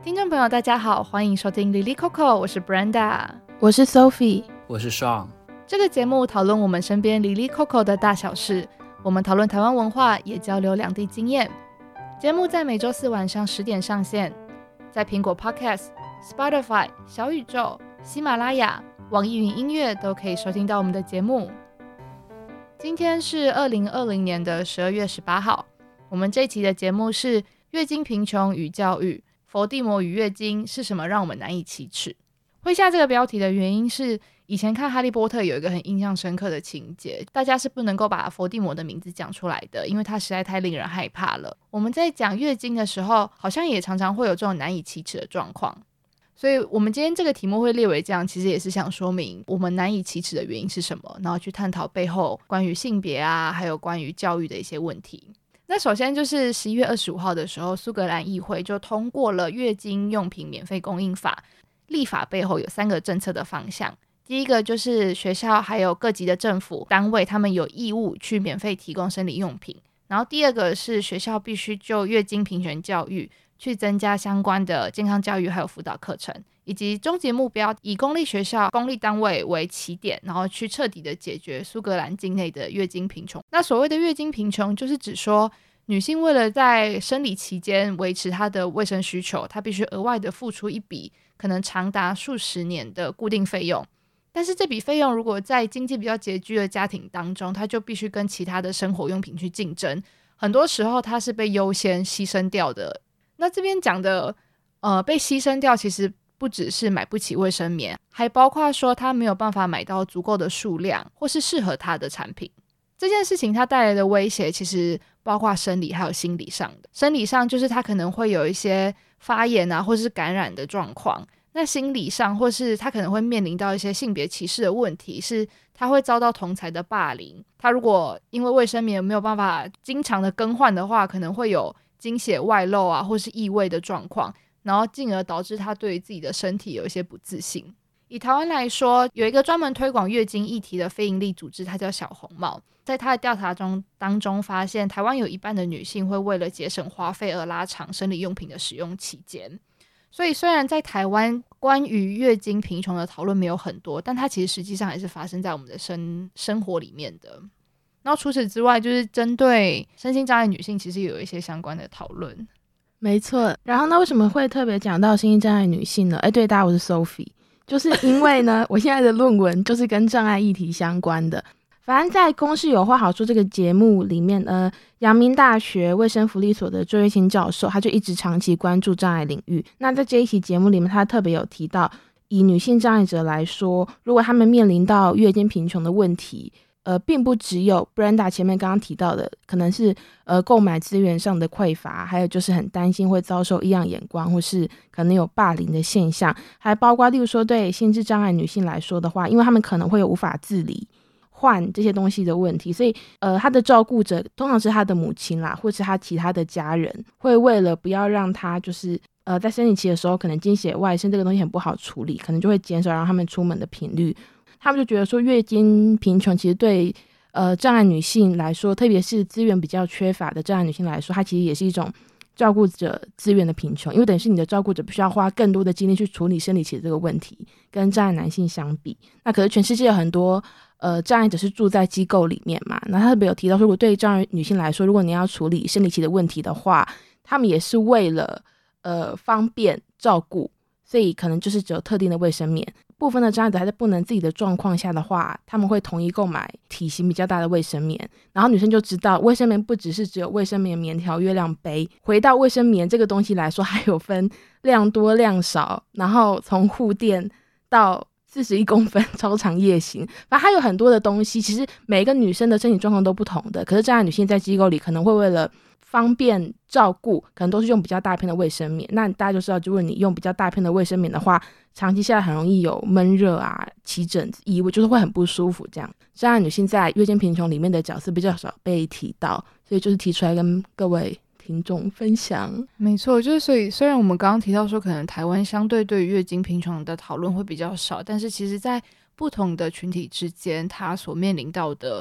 听众朋友大家好，欢迎收听 Lily Coco， 我是 Brenda， 我是 Sophie， 我是 Sean。 这个节目讨论我们身边 Lily Coco 的大小事，我们讨论台湾文化，也交流两地经验。节目在每周四晚上10点上线，在苹果 Podcast、Spotify、小宇宙、喜马拉雅、网易云音乐都可以收听到我们的节目。今天是2020年的12月18号，我们这一期的节目是月经贫穷与教育，佛地魔与月经是什么让我们难以启齿。会下这个标题的原因是，以前看哈利波特有一个很印象深刻的情节，大家是不能够把佛地魔的名字讲出来的，因为他实在太令人害怕了。我们在讲月经的时候，好像也常常会有这种难以启齿的状况，所以我们今天这个题目会列为这样，其实也是想说明我们难以启齿的原因是什么，然后去探讨背后关于性别啊，还有关于教育的一些问题。那首先就是11月25号的时候，苏格兰议会就通过了月经用品免费供应法。立法背后有3个政策的方向，第一个就是学校还有各级的政府单位，他们有义务去免费提供生理用品。然后第二个是学校必须就月经平权教育去增加相关的健康教育还有辅导课程，以及终极目标以公立学校公立单位为起点，然后去彻底的解决苏格兰境内的月经贫穷。那所谓的月经贫穷就是指说，女性为了在生理期间维持她的卫生需求，她必须额外的付出一笔可能长达数十年的固定费用，但是这笔费用如果在经济比较拮据的家庭当中，它就必须跟其他的生活用品去竞争，很多时候它是被优先牺牲掉的。那这边讲的被牺牲掉，其实不只是买不起卫生棉，还包括说他没有办法买到足够的数量或是适合他的产品。这件事情它带来的威胁其实包括生理还有心理上的。生理上就是他可能会有一些发炎啊或是感染的状况，那心理上或是他可能会面临到一些性别歧视的问题，是他会遭到同侪的霸凌。他如果因为卫生棉没有办法经常的更换的话，可能会有经血外漏啊或是异味的状况，然后进而导致他对于自己的身体有一些不自信。以台湾来说，有一个专门推广月经议题的非营利组织，它叫小红帽。在他的调查当中发现，台湾有一半的女性会为了节省花费而拉长生理用品的使用期间。所以虽然在台湾关于月经贫穷的讨论没有很多，但它其实实际上还是发生在我们的生活里面的。然后除此之外，就是针对身心障碍女性其实有一些相关的讨论。 没错。然后呢，为什么会特别讲到身心障碍女性呢？对，大家，我是 Sophie， 就是因为呢我现在的论文就是跟障碍议题相关的。反正在公视有话好说这个节目里面，阳明大学卫生福利所的周月清教授，他就一直长期关注障碍领域。那在这一期节目里面，他特别有提到，以女性障碍者来说，如果他们面临到月经贫穷的问题，并不只有 Brenda 前面刚刚提到的，可能是购买资源上的匮乏，还有就是很担心会遭受异样眼光，或是可能有霸凌的现象，还包括例如说对心智障碍女性来说的话，因为他们可能会有无法自理换这些东西的问题，所以他的照顾者通常是他的母亲啦，或是他其他的家人，会为了不要让他就是在生理期的时候可能经血外渗这个东西很不好处理，可能就会减少让他们出门的频率。他们就觉得说月经贫穷其实对障碍女性来说，特别是资源比较缺乏的障碍女性来说，它其实也是一种照顾者资源的贫穷，因为等于是你的照顾者必须要花更多的精力去处理生理期的这个问题，跟障碍男性相比。那可是全世界有很多障碍者是住在机构里面嘛，那他特别有提到说，如果对障碍女性来说，如果你要处理生理期的问题的话，他们也是为了方便照顾，所以可能就是只有特定的卫生棉。部分的障碍者还在不能自己的状况下的话，他们会统一购买体型比较大的卫生棉，然后女生就知道卫生棉不只是只有卫生棉棉条、月亮杯。回到卫生棉这个东西来说，还有分量多量少，然后从护垫到41公分超长夜行，反正它有很多的东西。其实每一个女生的身体状况都不同的，可是障碍女性在机构里可能会为了方便照顾，可能都是用比较大片的卫生棉。那大家就知道，如果你用比较大片的卫生棉的话，长期下来很容易有闷热啊、起疹子、异味，就是会很不舒服这样。障碍女性在月经贫穷里面的角色比较少被提到，所以就是提出来跟各位听众分享。 没错，就是所以虽然我们刚刚提到说可能台湾相对对于月经贫穷的讨论会比较少，但是其实在不同的群体之间，它所面临到的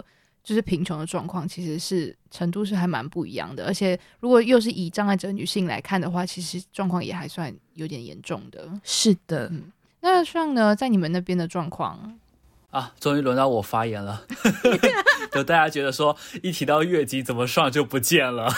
就是贫穷的状况其实是程度是还蛮不一样的，而且如果又是以障碍者女性来看的话，其实状况也还算有点严重的。 是的， 那像呢，在你们那边的状况啊，终于轮到我发言了。就大家觉得说一提到月经怎么上就不见了。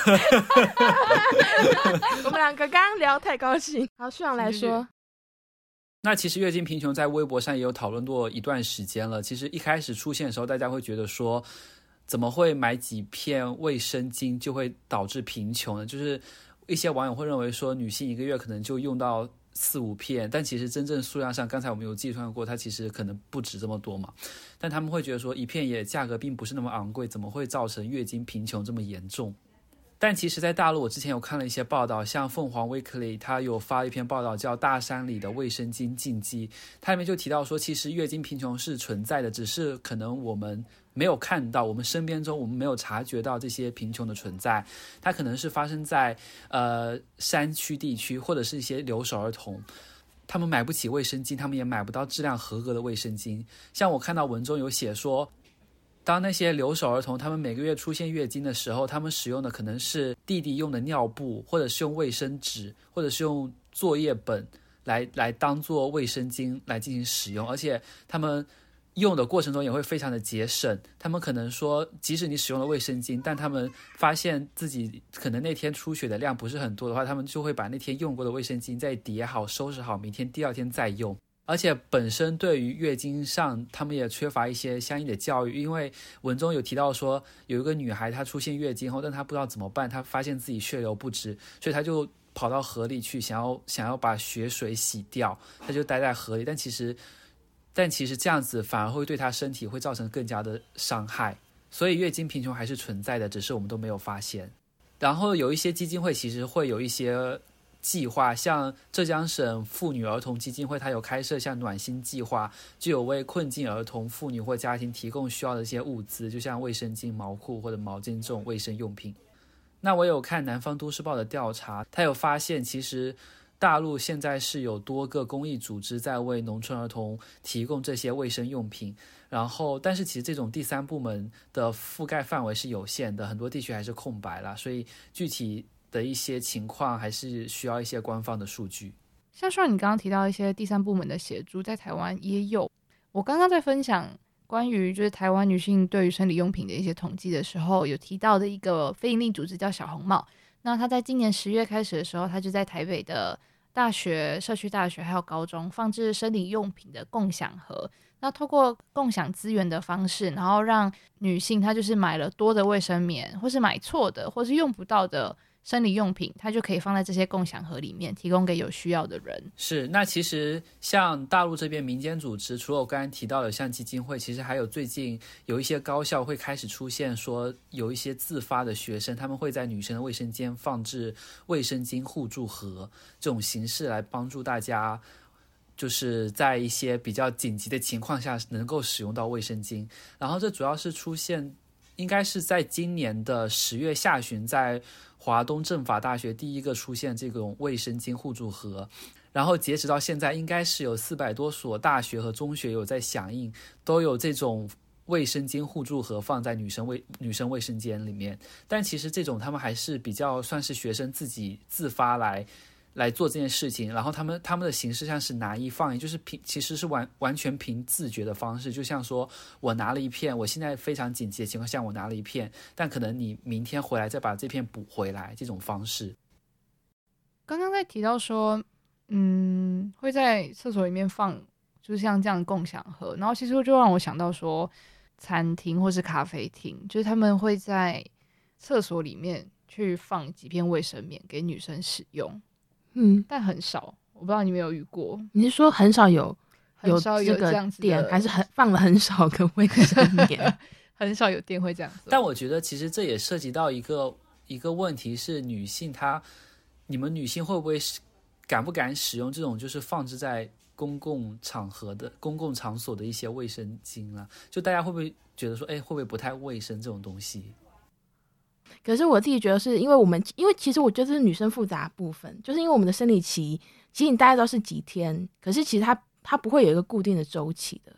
我们两个刚刚聊太高兴。好，旭阳来说。 那其实月经贫穷在微博上也有讨论过一段时间了。其实一开始出现的时候，大家会觉得说怎么会买几片卫生巾就会导致贫穷呢？就是一些网友会认为说女性一个月可能就用到4-5片，但其实真正数量上，刚才我们有计算过，它其实可能不止这么多嘛。但他们会觉得说一片也价格并不是那么昂贵，怎么会造成月经贫穷这么严重？但其实在大陆，我之前有看了一些报道，像凤凰 Weekly 它有发一篇报道叫大山里的卫生巾禁忌，它里面就提到说其实月经贫穷是存在的，只是可能我们没有看到，我们身边中我们没有察觉到这些贫穷的存在。它可能是发生在山区地区，或者是一些留守儿童，他们买不起卫生巾，他们也买不到质量合格的卫生巾。像我看到文中有写说，当那些留守儿童他们每个月出现月经的时候，他们使用的可能是弟弟用的尿布，或者是用卫生纸，或者是用作业本来当做卫生巾来进行使用，而且他们用的过程中也会非常的节省。他们可能说即使你使用了卫生巾，但他们发现自己可能那天出血的量不是很多的话，他们就会把那天用过的卫生巾再叠好收拾好，明天第二天再用。而且本身对于月经上他们也缺乏一些相应的教育，因为文中有提到说有一个女孩她出现月经后，但她不知道怎么办，她发现自己血流不止，所以她就跑到河里去想要把血水洗掉，她就待在河里，但其实这样子反而会对她身体会造成更加的伤害。所以月经贫穷还是存在的，只是我们都没有发现。然后有一些基金会其实会有一些计划，像浙江省妇女儿童基金会，它有开设像暖心计划，就有为困境儿童、妇女或家庭提供需要的一些物资，就像卫生巾、毛裤或者毛巾这种卫生用品。那我有看南方都市报的调查，它有发现其实大陆现在是有多个公益组织在为农村儿童提供这些卫生用品，然后但是其实这种第三部门的覆盖范围是有限的，很多地区还是空白啦，所以具体的一些情况还是需要一些官方的数据。 像你刚刚提到一些第三部门的协助，在台湾也有。我刚刚在分享关于就是台湾女性对于生理用品的一些统计的时候，有提到的一个非营利组织叫小红帽。那他在今年10月开始的时候，他就在台北的大学、社区大学还有高中放置生理用品的共享盒。那透过共享资源的方式，然后让女性她就是买了多的卫生棉，或是买错的，或是用不到的生理用品，它就可以放在这些共享盒里面，提供给有需要的人。 是，那其实像大陆这边民间组织，除了我刚才提到的像基金会，其实还有最近有一些高校会开始出现说有一些自发的学生，他们会在女生的卫生间放置卫生巾互助盒这种形式来帮助大家，就是在一些比较紧急的情况下能够使用到卫生巾。然后这主要是出现应该是在今年的10月下旬，在华东政法大学第一个出现这种卫生巾互助盒，然后截止到现在应该是有400多所大学和中学有在响应，都有这种卫生巾互助盒放在女生卫生间里面。但其实这种他们还是比较算是学生自己自发来做这件事情，然后他们的形式上是拿一放一，就是其实是完全凭自觉的方式，就像说我拿了一片，我现在非常紧急的情况下我拿了一片，但可能你明天回来再把这片补回来，这种方式。 刚刚在提到说会在厕所里面放就是像这样的共享盒，然后其实就让我想到说餐厅或是咖啡厅，就是他们会在厕所里面去放几片卫生棉给女生使用，但很少，我不知道你有没有遇过。 你是说很少有这个样子店，还是放了很少个卫生棉？ 很少有店会这样子。 但我觉得其实这也涉及到一个问题是你们女性会不会敢不敢使用这种就是放置在公共场合的公共场所的一些卫生巾啊？就大家会不会觉得说会不会不太卫生这种东西？ 可是我自己觉得是因为其实我觉得这是女生复杂的部分，就是因为我们的生理期其实你大概都是几天，可是其实它不会有一个固定的周期的。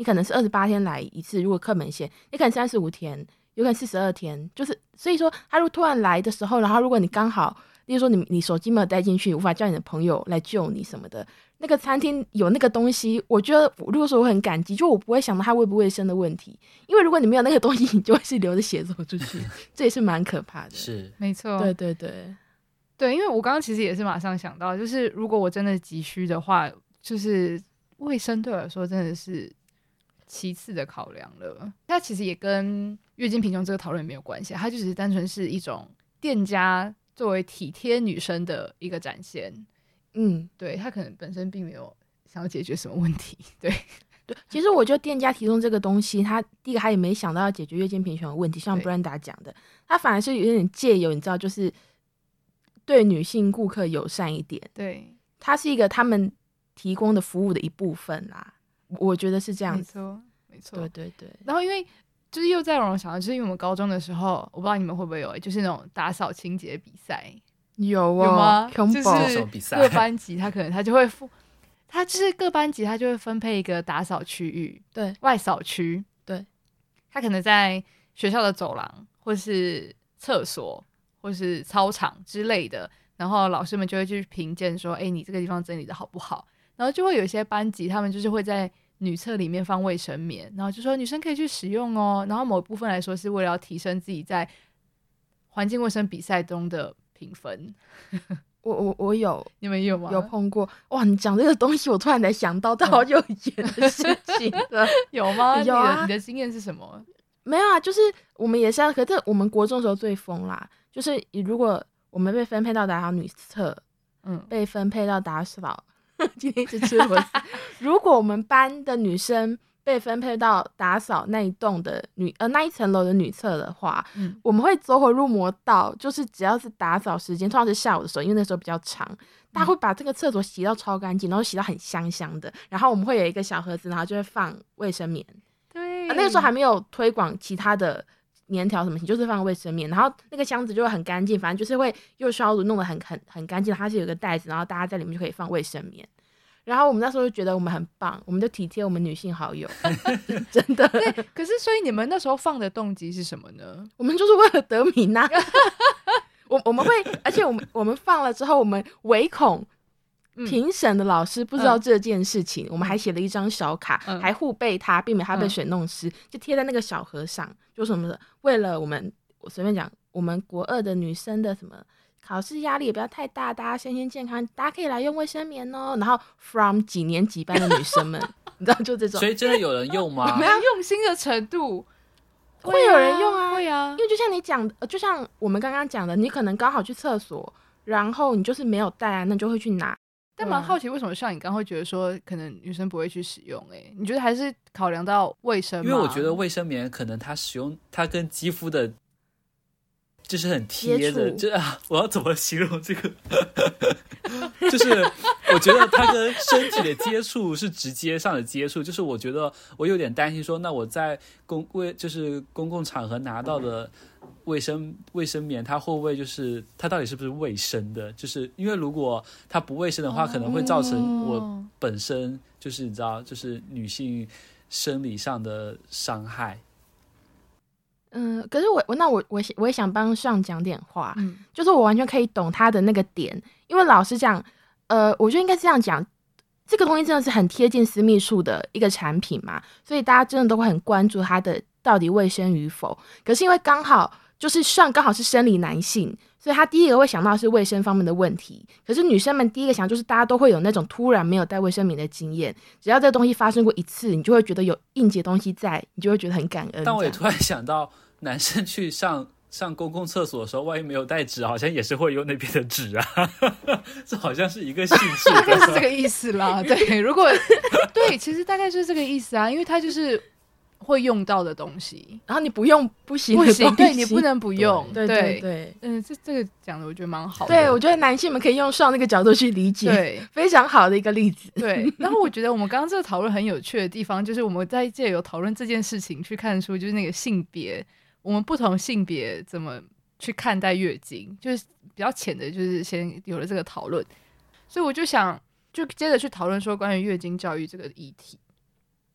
你可能是28天来一次，如果课门线，你可能35天，有可能42天，就是所以说他如果突然来的时候，然后如果你刚好例如说你手机没有带进去，无法叫你的朋友来救你什么的，那个餐厅有那个东西，我觉得如果说我很感激，就我不会想到它卫不卫生的问题，因为如果你没有那个东西，你就会是流着血走出去，这也是蛮可怕的。 是， 没错， 对对对对，因为我刚刚其实也是马上想到，就是如果我真的急需的话，就是卫生对我来说真的是其次的考量了。它其实也跟月经贫穷这个讨论没有关系，它就只是单纯是一种店家作为体贴女生的一个展现。对，他可能本身并没有想要解决什么问题。对， 其实我觉得店家提供这个东西，他第一个他也没想到要解决月经贫穷的问题，像 Brenda 讲的，他反而是有点借由你知道，就是对女性顾客友善一点。 对， 它是一个他们提供的服务的一部分啦，我觉得是这样子。 没错，没错。 对对对。 然后因为就是又在让我想到，就是因为我们高中的时候，我不知道你们会不会有，就是那种打扫清洁比赛。 有吗？ 就是各班级他可能他就会他就是各班级他就会分配一个打扫区域， 对， 外扫区， 对， 他可能在学校的走廊或是厕所或是操场之类的，然后老师们就会去评鉴说，你这个地方整理的好不好，然后就会有一些班级他们就是会在女厕里面放卫生棉，然后就说女生可以去使用哦，然后某部分来说是为了要提升自己在环境卫生比赛中的评分。 我有， 你们有吗？ 有碰过。哇，你讲这个东西，我突然才想到，好久以前的事情了。 有吗？ 有啊。 你的经验是什么？ 没有啊，就是我们也是可是我们国中的时候最疯啦，就是如果我们被分配到打扫女厕，被分配到打扫，今天一直吃螺丝。如果我们班的女生被分配到打扫那一栋的那一层楼的女厕的话，我们会走火入魔到，就是只要是打扫时间，通常是下午的时候，因为那时候比较长，大家会把这个厕所洗到超干净，然后洗到很香香的，然后我们会有一个小盒子，然后就会放卫生棉。 对， 那个时候还没有推广其他的棉条什么，就是放卫生棉，然后那个箱子就会很干净，反正就是会又消毒弄得很干净，它是有个袋子，然后大家在里面就可以放卫生棉。然后我们那时候就觉得我们很棒，我们就体贴我们女性好友。真的。 对，可是所以你们那时候放的动机是什么呢？ 我们就是为了得名啊。我们会，而且我们放了之后，我们唯恐评审的老师不知道这件事情，我们还写了一张小卡，还护背它，避免它被水弄湿，就贴在那个小盒上，就什么的，为了我随便讲，我们国2的女生的什么考试压力也不要太大，大家身心健康，大家可以来用卫生棉哦。然后 from 几年几班的女生们，你知道就这种。 所以真的有人用吗？ 没有用心的程度， 会有人用啊， 会啊， 因为就像你讲的，就像我们刚刚讲的，你可能刚好去厕所，然后你就是没有带啊，那你就会去拿。 但蛮好奇为什么像你刚会觉得说可能女生不会去使用，你觉得还是考量到卫生吗？ 因为我觉得卫生棉可能它使用它跟肌肤的就是很贴的，我要怎么形容这个？就是我觉得它跟身体的接触是直接上的接触，就是我觉得我有点担心说，那我在公共场合拿到的卫生棉，它会不会就是它到底是不是卫生的？就是因为如果它不卫生的话，可能会造成我本身就是你知道，就是女性生理上的伤害。 可是我也想帮上讲点话，就是我完全可以懂他的那个点，因为老实讲，我觉得应该这样讲，这个东西真的是很贴近私密处的一个产品嘛，所以大家真的都会很关注它的到底卫生与否。可是因为刚好是生理男性，所以他第一个会想到的是卫生方面的问题。可是女生们第一个想就是大家都会有那种突然没有带卫生棉的经验，只要这个东西发生过一次，你就会觉得有应节东西在，你就会觉得很感恩。 但我也突然想到，男生去上公共厕所的时候，万一没有带纸，好像也是会用那边的纸啊。这好像是一个性质， 大概是这个意思啦。对，如果对，其实大概是这个意思啊，因为它就是会用到的东西， 然后你不用不行的东西， 对，你不能不用。 对对对， 这个讲的我觉得蛮好的。 对，我觉得男性们可以用上那个角度去理解， 对， 非常好的一个例子。 对，然后我觉得我们刚刚这个讨论很有趣的地方，就是我们在借由讨论这件事情去看出，就是那个性别。我们不同性别怎么去看待月经，就是比较浅的，就是先有了这个讨论，所以我就想就接着去讨论说关于月经教育这个议题。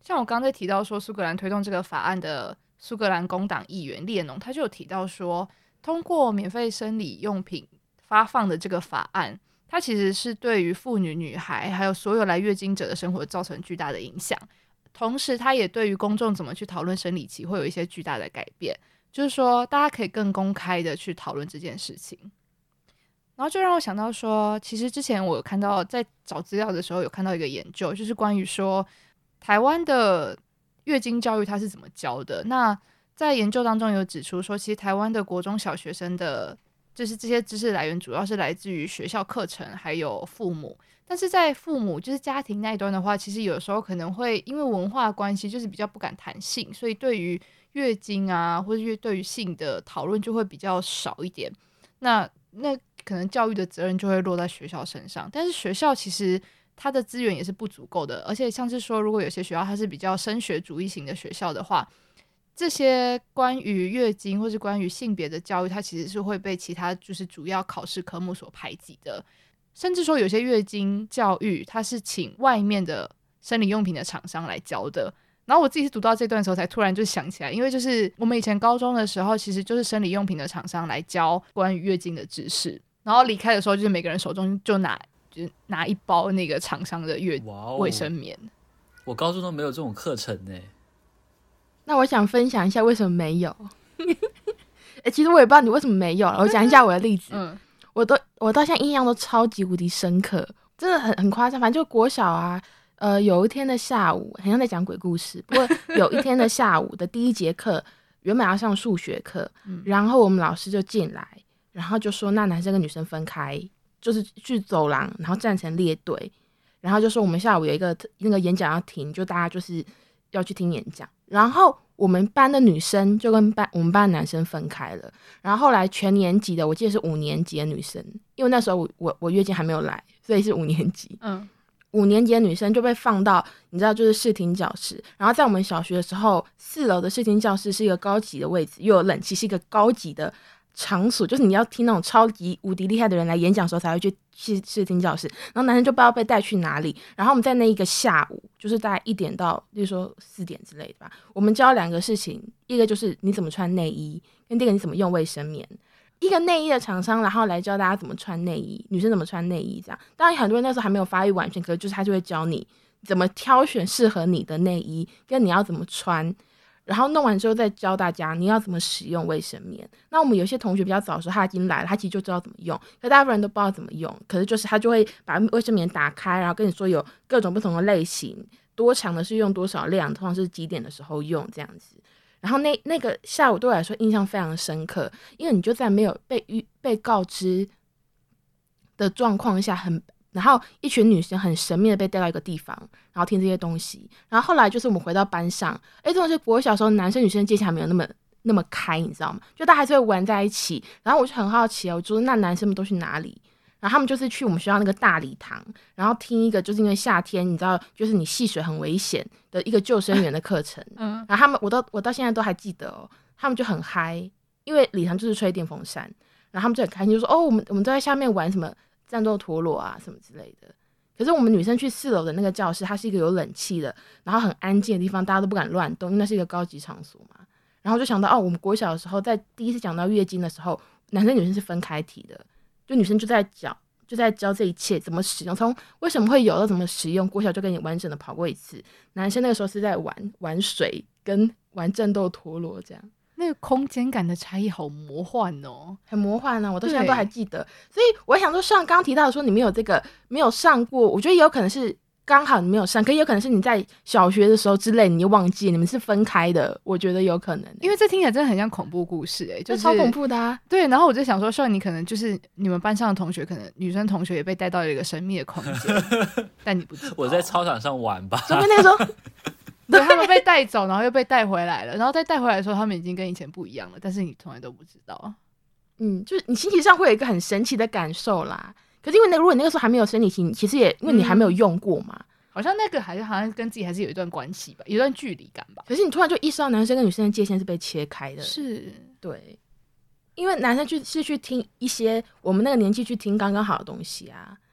像我刚才提到说苏格兰推动这个法案的苏格兰工党议员列侬，他就有提到说，通过免费生理用品发放的这个法案，它其实是对于妇女、女孩还有所有来月经者的生活造成巨大的影响，同时它也对于公众怎么去讨论生理期会有一些巨大的改变，就是说大家可以更公开的去讨论这件事情。然后就让我想到说，其实之前我有看到在找资料的时候有看到一个研究，就是关于说台湾的月经教育它是怎么教的。那在研究当中有指出说，其实台湾的国中小学生的就是这些知识来源主要是来自于学校课程还有父母，但是在父母就是家庭那一端的话，其实有时候可能会因为文化关系就是比较不敢谈性，所以对于月经啊或者对于性的讨论就会比较少一点，那可能教育的责任就会落在学校身上，但是学校其实它的资源也是不足够的，而且像是说如果有些学校它是比较升学主义型的学校的话，这些关于月经或是关于性别的教育它其实是会被其他就是主要考试科目所排挤的，甚至说有些月经教育它是请外面的生理用品的厂商来教的。然后我自己是读到这段的时候才突然就想起来，因为就是我们以前高中的时候其实就是生理用品的厂商来教关于月经的知识，然后离开的时候就是每个人手中就拿一包那个厂商的卫生棉。 我高中都没有这种课程呢。 那我想分享一下为什么没有其实我也不知道你为什么没有，我讲一下我的例子我到现在印象都超级无敌深刻，真的很夸张。反正就国小啊有一天的下午，很像在讲鬼故事，不过有一天的下午的第一节课原本要上数学课然后我们老师就进来，然后就说那男生跟女生分开，就是去走廊然后站成列队，然后就说我们下午有一个那个演讲要听，就大家就是要去听演讲，然后我们班的女生就跟我们班的男生分开了，然后后来全年级的我记得是5年级的女生，因为那时候我月经还没有来，所以是5年级5年级的女生就被放到你知道就是视听教室，然后在我们小学的时候4楼的视听教室是一个高级的位置，又有冷气，是一个高级的场所，就是你要听那种超级无敌厉害的人来演讲的时候才会去视听教室，然后男生就不知道被带去哪里，然后我们在那一个下午就是大概1点到例如说4点之类的吧，我们教2个事情，一个就是你怎么穿内衣，跟第二个你怎么用卫生棉，一个内衣的厂商然后来教大家怎么穿内衣，女生怎么穿内衣这样。当然很多人那时候还没有发育完全，可是就是他就会教你怎么挑选适合你的内衣跟你要怎么穿，然后弄完之后再教大家你要怎么使用卫生棉。那我们有些同学比较早的时候他已经来了，他其实就知道怎么用，可大部分人都不知道怎么用，可是就是他就会把卫生棉打开，然后跟你说有各种不同的类型，多长的是用多少量，通常是几点的时候用这样子。然后那个下午对我来说印象非常深刻，因为你就在没有被告知的状况下然后一群女生很神秘的被带到一个地方，然后听这些东西。然后后来就是我们回到班上，这种是国小时候男生女生界限还没有那么开，你知道吗？就大家还是会玩在一起。然后我就很好奇我就说那男生们都去哪里？然后他们就是去我们学校那个大礼堂，然后听一个就是因为夏天你知道就是你戏水很危险的一个救生员的课程然后他们我到现在都还记得他们就很嗨，因为礼堂就是吹电风扇，然后他们就很开心，就说我们都在下面玩什么战斗陀螺啊什么之类的。可是我们女生去4楼的那个教室，它是一个有冷气的然后很安静的地方，大家都不敢乱动，因为那是一个高级场所嘛。然后就想到我们国小的时候在第一次讲到月经的时候，男生女生是分开提的，就女生就在教这一切怎么使用，从为什么会有到怎么使用，国小就跟你完整的跑过一次。男生那个时候是在玩水跟玩战斗陀螺这样。 那个空间感的差异好魔幻很魔幻我到现在都还记得。所以我想说像刚刚提到的说你没有上过，我觉得也有可能是刚好你没有上，可也有可能是你在小学的时候之类你又忘记你们是分开的，我觉得有可能因为这听起来真的很像恐怖故事就是超恐怖的对，然后我就想说像你可能就是你们班上的同学，可能女生同学也被带到了一个神秘的空间但你不知道我在操场上玩吧， 说明那个时候对，他们被带走然后又被带回来了，然后再带回来的时候他们已经跟以前不一样了，但是你从来都不知道就是你心情上会有一个很神奇的感受啦。可是因为如果你那个时候还没有生理期，其实也因为你还没有用过嘛好像那个好像跟自己还是有一段关系吧，有一段距离感吧。 可是你突然就意识到男生跟女生的界限是被切开的。 是对，因为男生是去听一些我们那个年纪去听刚刚好的东西啊，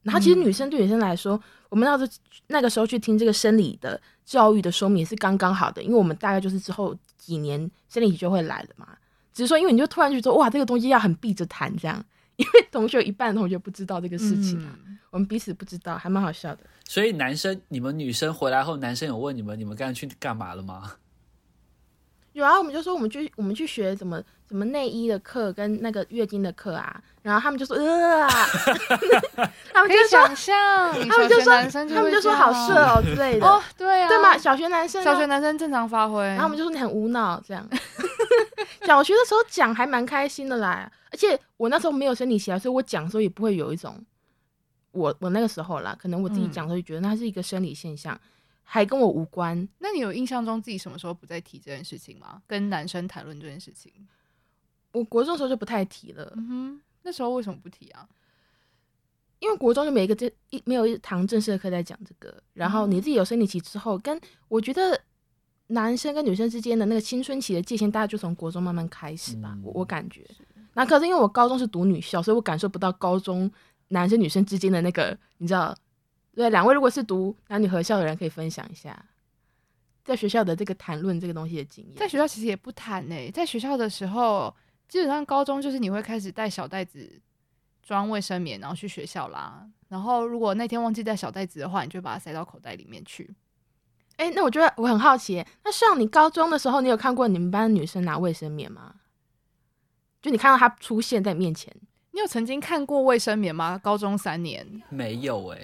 然后其实女生对女生来说，我们那个时候去听这个生理的教育的说明也是刚刚好的，因为我们大概就是之后几年生理期就会来了嘛。只是说，因为你就突然就说哇，这个东西要很避着谈这样，因为同学有一半的同学不知道这个事情我们彼此不知道，还蛮好笑的。 所以你们女生回来后，男生有问你们刚才去干嘛了吗？ 有啊，我们就说我们去学什么内衣的课跟那个月经的课啊，然后他们就说他们就说想象， 他们就说男生他们就说好色哦之类的哦，对啊， 对吗？小学男生正常发挥， 然后我们就说你很无脑这样。小学的时候讲还蛮开心的啦，而且我那时候没有生理期来，所以我讲的时候也不会有一种我那个时候啦，可能我自己讲的时候就觉得那是一个生理现象。还跟我无关。 那你有印象中自己什么时候不再提这件事情吗？跟男生谈论这件事情？ 我国中的时候就不太提了。 那时候为什么不提啊？ 因为国中就没有一堂正式的课在讲这个，然后你自己有生理期之后，跟我觉得男生跟女生之间的那个青春期的界限，大概就从国中慢慢开始吧。我感觉。那可是因为我高中是读女校，所以我感受不到高中男生女生之间的那个，你知道。对，两位如果是读男女合校的人，可以分享一下在学校的这个谈论这个东西的经验。 在学校其实也不谈在学校的时候，基本上高中就是你会开始带小袋子装卫生棉，然后去学校啦。然后如果那天忘记带小袋子的话，你就把它塞到口袋里面去。 那我觉得我很好奇，那像你高中的时候，你有看过你们班的女生拿卫生棉吗？就你看到她出现在你面前， 你有曾经看过卫生棉吗？高中3年没有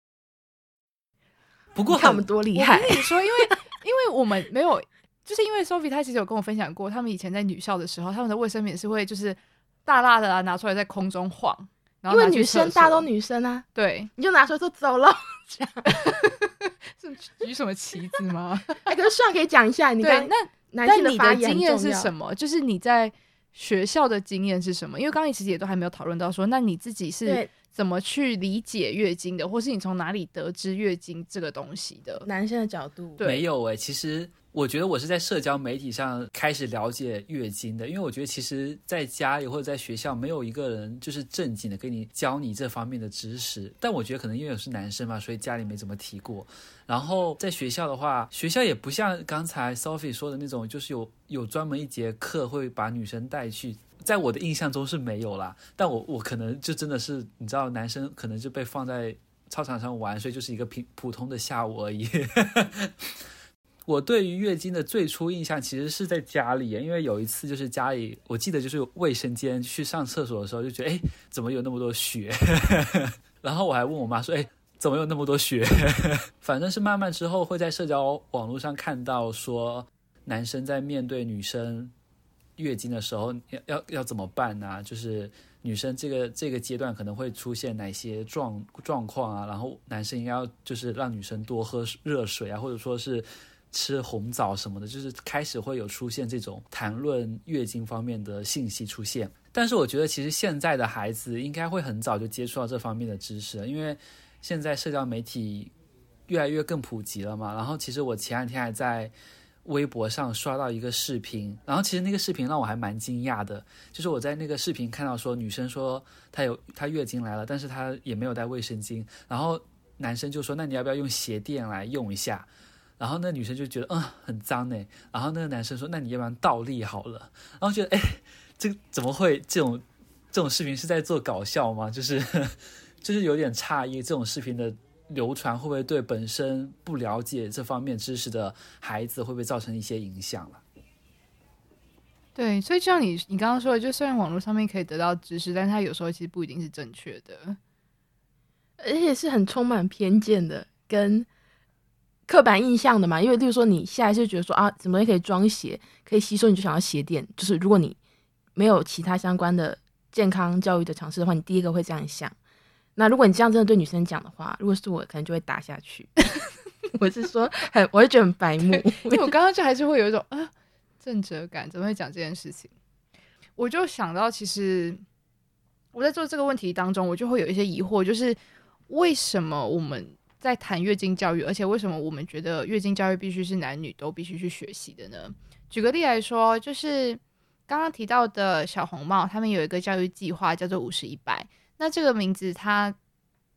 不过看我们多厉害！ 我跟你说，因为我们没有，就是因为 Sophie 她其实有跟我分享过，他们以前在女校的时候，他们的卫生棉是会就是大大的拿出来在空中晃，然后因为女生大都女生啊， 对， 你就拿出来说走了，这样是举什么旗子吗？ 可是上可以讲一下，你看那男性的发言你的经验是什么？就是你在学校的经验是什么？因为刚刚其实也都还没有讨论到说，那你自己是怎么去理解月经的，或是你从哪里得知月经这个东西的？ 男生的角度没有其实我觉得我是在社交媒体上开始了解月经的，因为我觉得其实在家里或者在学校没有一个人就是正经的跟你教你这方面的知识，但我觉得可能因为我是男生嘛，所以家里没怎么提过。然后在学校的话，学校也不像刚才 Sophie 说的那种，就是有专门一节课会把女生带去，在我的印象中是没有啦。但我可能就真的是你知道，男生可能就被放在操场上玩，所以就是一个普通的下午而已。我对于月经的最初印象其实是在家里，因为有一次就是家里，我记得就是卫生间去上厕所的时候，就觉得怎么有那么多血然后我还问我妈说怎么有那么多血反正是慢慢之后会在社交网络上看到说男生在面对女生月经的时候要怎么办啊，就是女生这个阶段可能会出现哪些状况啊，然后男生应该要就是让女生多喝热水啊，或者说是吃红枣什么的，就是开始会有出现这种谈论月经方面的信息出现。但是我觉得其实现在的孩子应该会很早就接触到这方面的知识了，因为现在社交媒体越来越更普及了嘛。然后其实我前2天还在微博上刷到一个视频，然后其实那个视频让我还蛮惊讶的，就是我在那个视频看到说女生说她月经来了，但是她也没有带卫生巾，然后男生就说那你要不要用鞋垫来用一下，然后那女生就觉得很脏然后那个男生说那你要不然倒立好了，然后觉得这怎么会这种视频是在做搞笑吗？就是有点诧异，这种视频的流传会不会对本身不了解这方面知识的孩子会不会造成一些影响了？ 对，所以就像你刚刚说的，就虽然网络上面可以得到知识，但它有时候其实不一定是正确的， 而且是很充满偏见的跟刻板印象的嘛。因为例如说你下一次觉得说怎么可以装鞋可以吸收，你就想要鞋垫，就是如果你没有其他相关的健康教育的尝试的话，你第一个会这样想。那如果你这样真的对女生讲的话，如果是我可能就会打下去我是说我会觉得很白目因为我刚刚就还是会有一种正直感，怎么会讲这件事情。我就想到其实我在做这个问题当中，我就会有一些疑惑，就是为什么我们在谈月经教育，而且为什么我们觉得月经教育必须是男女都必须去学习的呢？举个例来说，就是刚刚提到的小红帽他们有一个教育计划叫做50-100，那这个名字它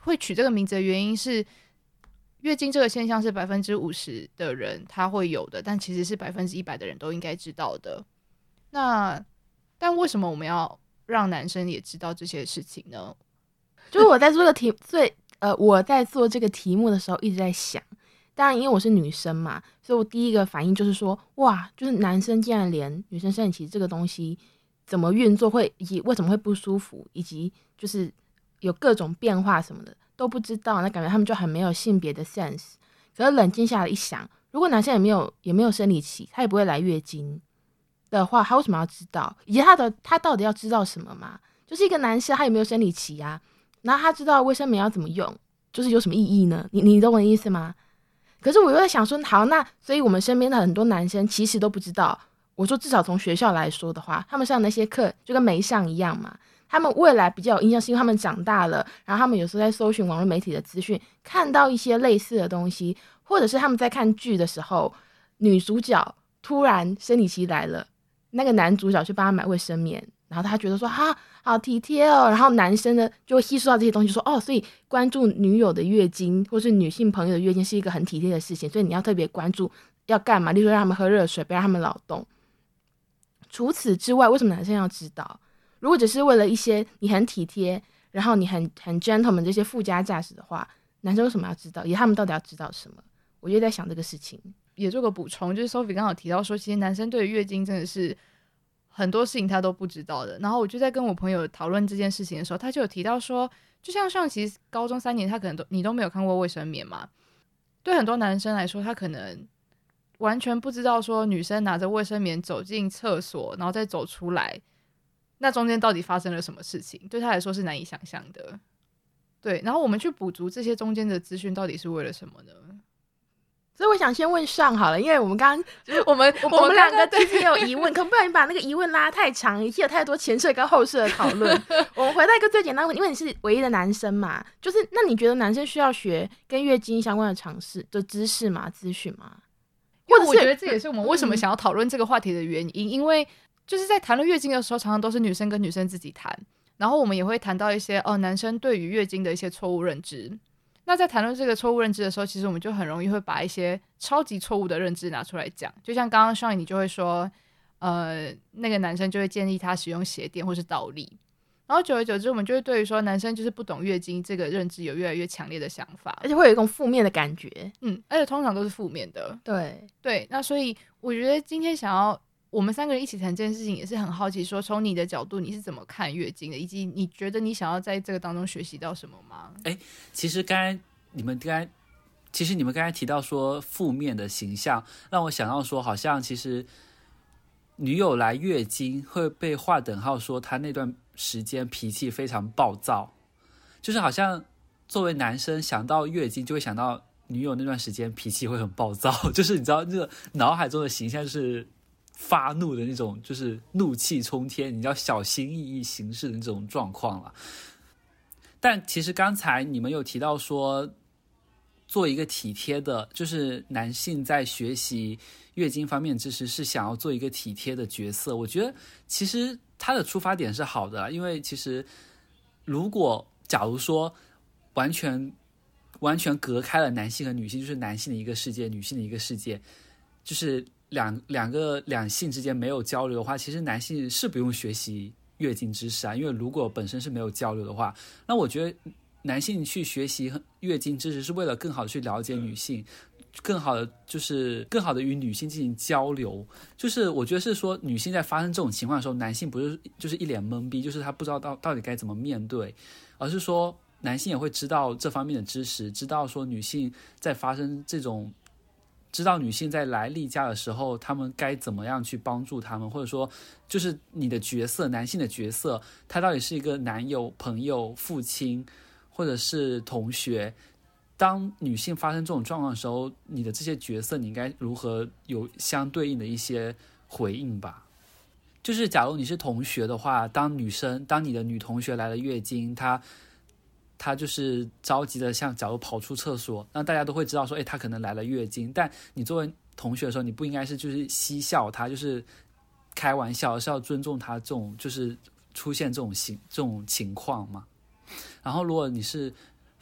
会取这个名字的原因是，月经这个现象是50%的人他会有的，但其实是100%的人都应该知道的。但为什么我们要让男生也知道这些事情呢？ 就是我在做这个题目的时候一直在想，当然因为我是女生嘛，所以我第一个反应就是说，哇，就是男生竟然连女生生理期这个东西怎么运作以及为什么会不舒服，以及就是有各种变化什么的都不知道，那感觉他们就很没有性别的 sense。可是冷静下来一想，如果男生也没有生理期，他也不会来月经的话，他为什么要知道？以及他到底要知道什么嘛？就是一个男生他有没有生理期啊？然后他知道卫生棉要怎么用，就是有什么意义呢？你懂我的意思吗？可是我又在想说，好，那所以我们身边的很多男生其实都不知道。我说至少从学校来说的话，他们上那些课就跟没上一样嘛。他们未来比较有印象是因为他们长大了，然后他们有时候在搜寻网络媒体的资讯，看到一些类似的东西，或者是他们在看剧的时候，女主角突然生理期来了，那个男主角去帮他买卫生棉，然后他觉得说好体贴哦，然后男生呢就会吸收到这些东西，说所以关注女友的月经或是女性朋友的月经是一个很体贴的事情，所以你要特别关注要干嘛，例如说让他们喝热水，不要让他们劳动。除此之外，为什么男生要知道？如果只是为了一些你很体贴，然后你很 gentleman 这些附加价值的话，男生为什么要知道？也他们到底要知道什么？我就在想这个事情。 也做个补充，就是 Sophie 刚好提到说，其实男生对于月经真的是很多事情他都不知道的。然后我就在跟我朋友讨论这件事情的时候，他就有提到说，就像上其实高中3年他可能你都没有看过卫生棉嘛，对很多男生来说，他可能完全不知道说女生拿着卫生棉走进厕所然后再走出来，那中间到底发生了什么事情，对他来说是难以想象的。对，然后我们去补足这些中间的资讯到底是为了什么呢？ 所以我想先问上好了，因为我们刚刚我们两个其实也有疑问，可不可以把那个疑问拉太长，也有太多前设跟后设的讨论。我们回到一个最简单的问题，因为你是唯一的男生嘛，就是那你觉得男生需要学跟月经相关的常识的知识吗？资讯吗？ 或者我觉得这也是我们为什么想要讨论这个话题的原因，因为就是在谈论月经的时候，常常都是女生跟女生自己谈，然后我们也会谈到一些男生对于月经的一些错误认知。那在谈论这个错误认知的时候，其实我们就很容易会把一些超级错误的认知拿出来讲，就像刚刚上你就会说那个男生就会建议他使用鞋垫或是倒立，然后久而久之我们就会对于说男生就是不懂月经这个认知有越来越强烈的想法， 而且会有一种负面的感觉。 而且通常都是负面的。对，那所以我觉得今天想要我们3个人一起谈这件事情，也是很好奇说从你的角度你是怎么看月经的，以及你觉得你想要在这个当中学习到什么吗？ 其实你们刚才提到说负面的形象，让我想到说好像其实女友来月经会被划等号说她那段时间脾气非常暴躁，就是好像作为男生想到月经就会想到女友那段时间脾气会很暴躁，就是你知道这个脑海中的形象就是发怒的那种，就是怒气冲天，你要小心翼翼行事的那种状况了。但其实刚才你们有提到说做一个体贴的，就是男性在学习月经方面知识是想要做一个体贴的角色，我觉得其实他的出发点是好的，因为其实假如说完全隔开了男性和女性，就是男性的一个世界，女性的一个世界，就是两性之间没有交流的话，其实男性是不用学习月经知识啊，因为如果本身是没有交流的话，那我觉得男性去学习月经知识是为了更好的去了解女性，更好的与女性进行交流。就是我觉得是说女性在发生这种情况的时候，男性不是就是一脸懵逼，就是他不知道到底该怎么面对，而是说男性也会知道这方面的知识，知道说女性在发生这种，知道女性在来例假的时候他们该怎么样去帮助他们，或者说就是你的角色，男性的角色他到底是一个男友、朋友、父亲或者是同学，当女性发生这种状况的时候，你的这些角色你应该如何有相对应的一些回应吧。就是假如你是同学的话，当你的女同学来了月经，她就是着急的像假如跑出厕所，那大家都会知道说她可能来了月经，但你作为同学的时候，你不应该是就是嬉笑她，就是开玩笑，而是要尊重她这种就是出现这种情况嘛。然后如果你是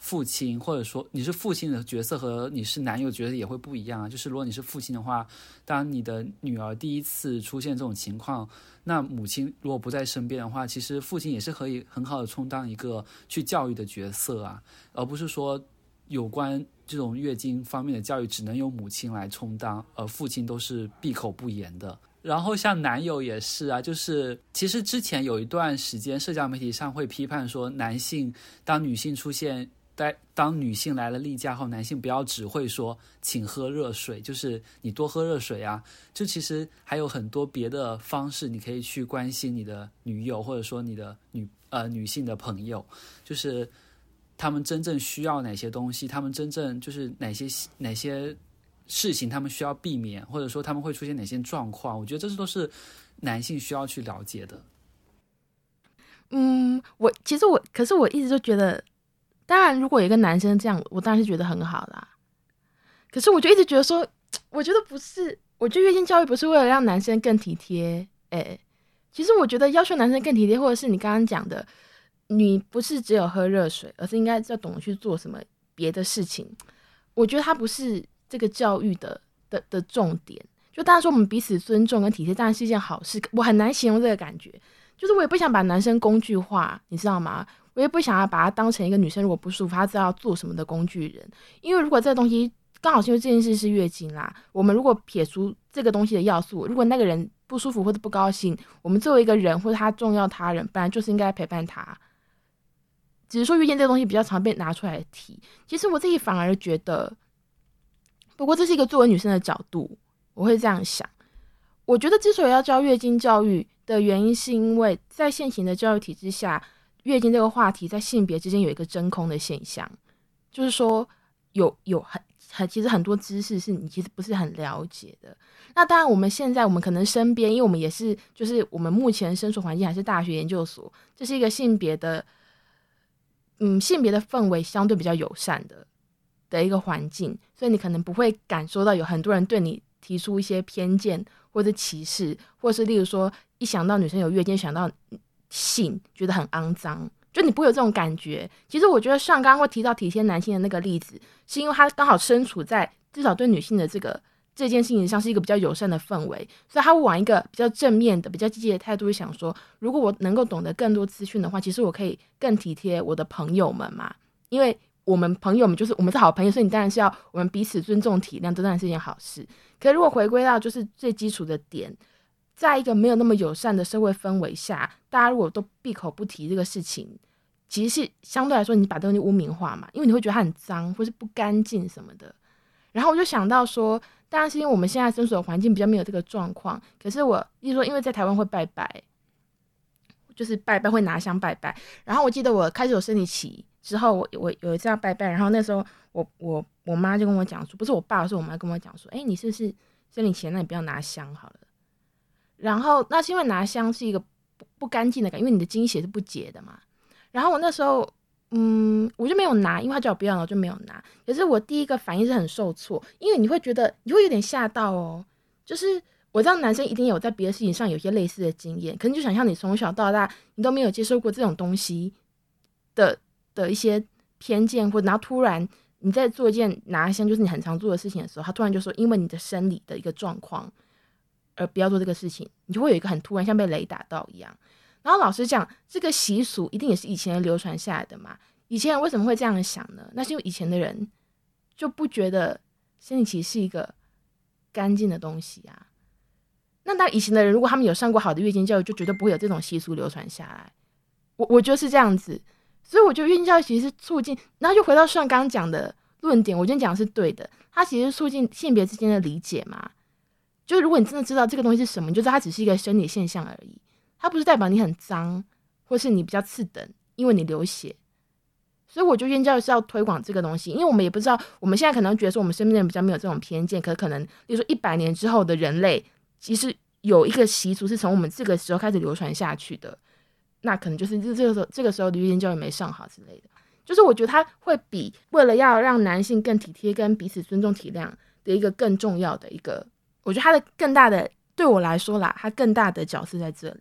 父亲，或者说你是父亲的角色和你是男友角色也会不一样啊。就是如果你是父亲的话，当你的女儿第一次出现这种情况，那母亲如果不在身边的话，其实父亲也是可以很好的充当一个去教育的角色啊，而不是说有关这种月经方面的教育只能由母亲来充当，而父亲都是闭口不言的。然后像男友也是啊，就是其实之前有一段时间社交媒体上会批判说，男性当女性出现当女性来了例假后，男性不要只会说请喝热水，就是你多喝热水啊，就其实还有很多别的方式你可以去关心你的女友，或者说你的女性的朋友，就是他们真正需要哪些东西，他们真正就是哪些事情他们需要避免，或者说他们会出现哪些状况，我觉得这都是男性需要去了解的。 可是我一直就觉得，当然如果有一个男生这样，我当然是觉得很好啦。可是我就一直觉得说，我觉得不是，我觉得月经教育不是为了让男生更体贴，其实我觉得要求男生更体贴，或者是你刚刚讲的，你不是只有喝热水，而是应该要懂得去做什么别的事情。我觉得它不是这个教育的重点。就当然说我们彼此尊重跟体贴当然是一件好事，我很难形容这个感觉。就是我也不想把男生工具化，你知道吗？我也不想要把他当成一个女生如果不舒服他知道要做什么的工具人。因为如果这个东西刚好是因为这件事是月经啦，我们如果撇除这个东西的要素，如果那个人不舒服或者不高兴，我们作为一个人或者他重要他人，本来就是应该陪伴他。只是说月经这个东西比较常被拿出来提，其实我自己反而觉得，不过这是一个作为女生的角度，我会这样想。我觉得之所以要教月经教育的原因，是因为在现行的教育体制下，月经这个话题在性别之间有一个真空的现象，就是说其实很多知识是你其实不是很了解的。那当然我们现在我们可能身边，因为我们也是就是我们目前身处环境还是大学研究所，这是一个性别的氛围相对比较友善的一个环境，所以你可能不会感受到有很多人对你提出一些偏见或者歧视，或是例如说一想到女生有月经想到性觉得很肮脏，就你不会有这种感觉。其实我觉得像刚刚会提到体贴男性的那个例子，是因为他刚好身处在至少对女性的这件事情上是一个比较友善的氛围，所以他会往一个比较正面的比较积极的态度去想说，如果我能够懂得更多资讯的话，其实我可以更体贴我的朋友们嘛。因为我们朋友们就是我们是好朋友，所以你当然是要我们彼此尊重体谅，这当然是一件好事。可是如果回归到就是最基础的点，在一个没有那么友善的社会氛围下，大家如果都闭口不提这个事情，其实是相对来说你把东西污名化嘛，因为你会觉得它很脏或是不干净什么的。然后我就想到说，当然是因为我们现在身处的环境比较没有这个状况，可是例如说因为在台湾会拜拜，就是拜拜会拿香拜拜，然后我记得我开始有生理期之后，我有一次要拜拜，然后那时候我妈就跟我讲说，不是我爸，是我妈跟我讲说，你是不是生理期，那你不要拿香好了。然后那是因为拿香是一个不干净的感觉，因为你的经血是不洁的嘛。然后我那时候我就没有拿，因为他叫我不要，我就没有拿。可是我第一个反应是很受挫，因为你会觉得你会有点吓到哦。就是我知道男生一定有在别的事情上有些类似的经验，可能就想象你从小到大你都没有接受过这种东西的一些偏见，或者然后突然你在做一件拿香就是你很常做的事情的时候，他突然就说因为你的生理的一个状况而不要做这个事情，你就会有一个很突然像被雷打到一样。然后老实讲，这个习俗一定也是以前流传下来的嘛。以前人为什么会这样想呢？那是因为以前的人就不觉得生理期是一个干净的东西啊。那当以前的人如果他们有上过好的月经教育，就绝对不会有这种习俗流传下来。我觉得是这样子。所以我觉得月经教育其实是促进，然后就回到像刚刚讲的论点，我今天讲的是对的，它其实是促进性别之间的理解嘛。就如果你真的知道这个东西是什么，你就知道它只是一个生理现象而已，它不是代表你很脏或是你比较次等因为你流血。所以我觉得月经教育是要推广这个东西，因为我们也不知道，我们现在可能觉得说我们身边的人比较没有这种偏见，可能比如说100年之后的人类其实有一个习俗是从我们这个时候开始流传下去的，那可能就是这个时候的月经教育没上好之类的。就是我觉得它会比为了要让男性更体贴跟彼此尊重体谅的一个更重要的一个，我觉得它的更大的，对我来说啦，它更大的角色在这里。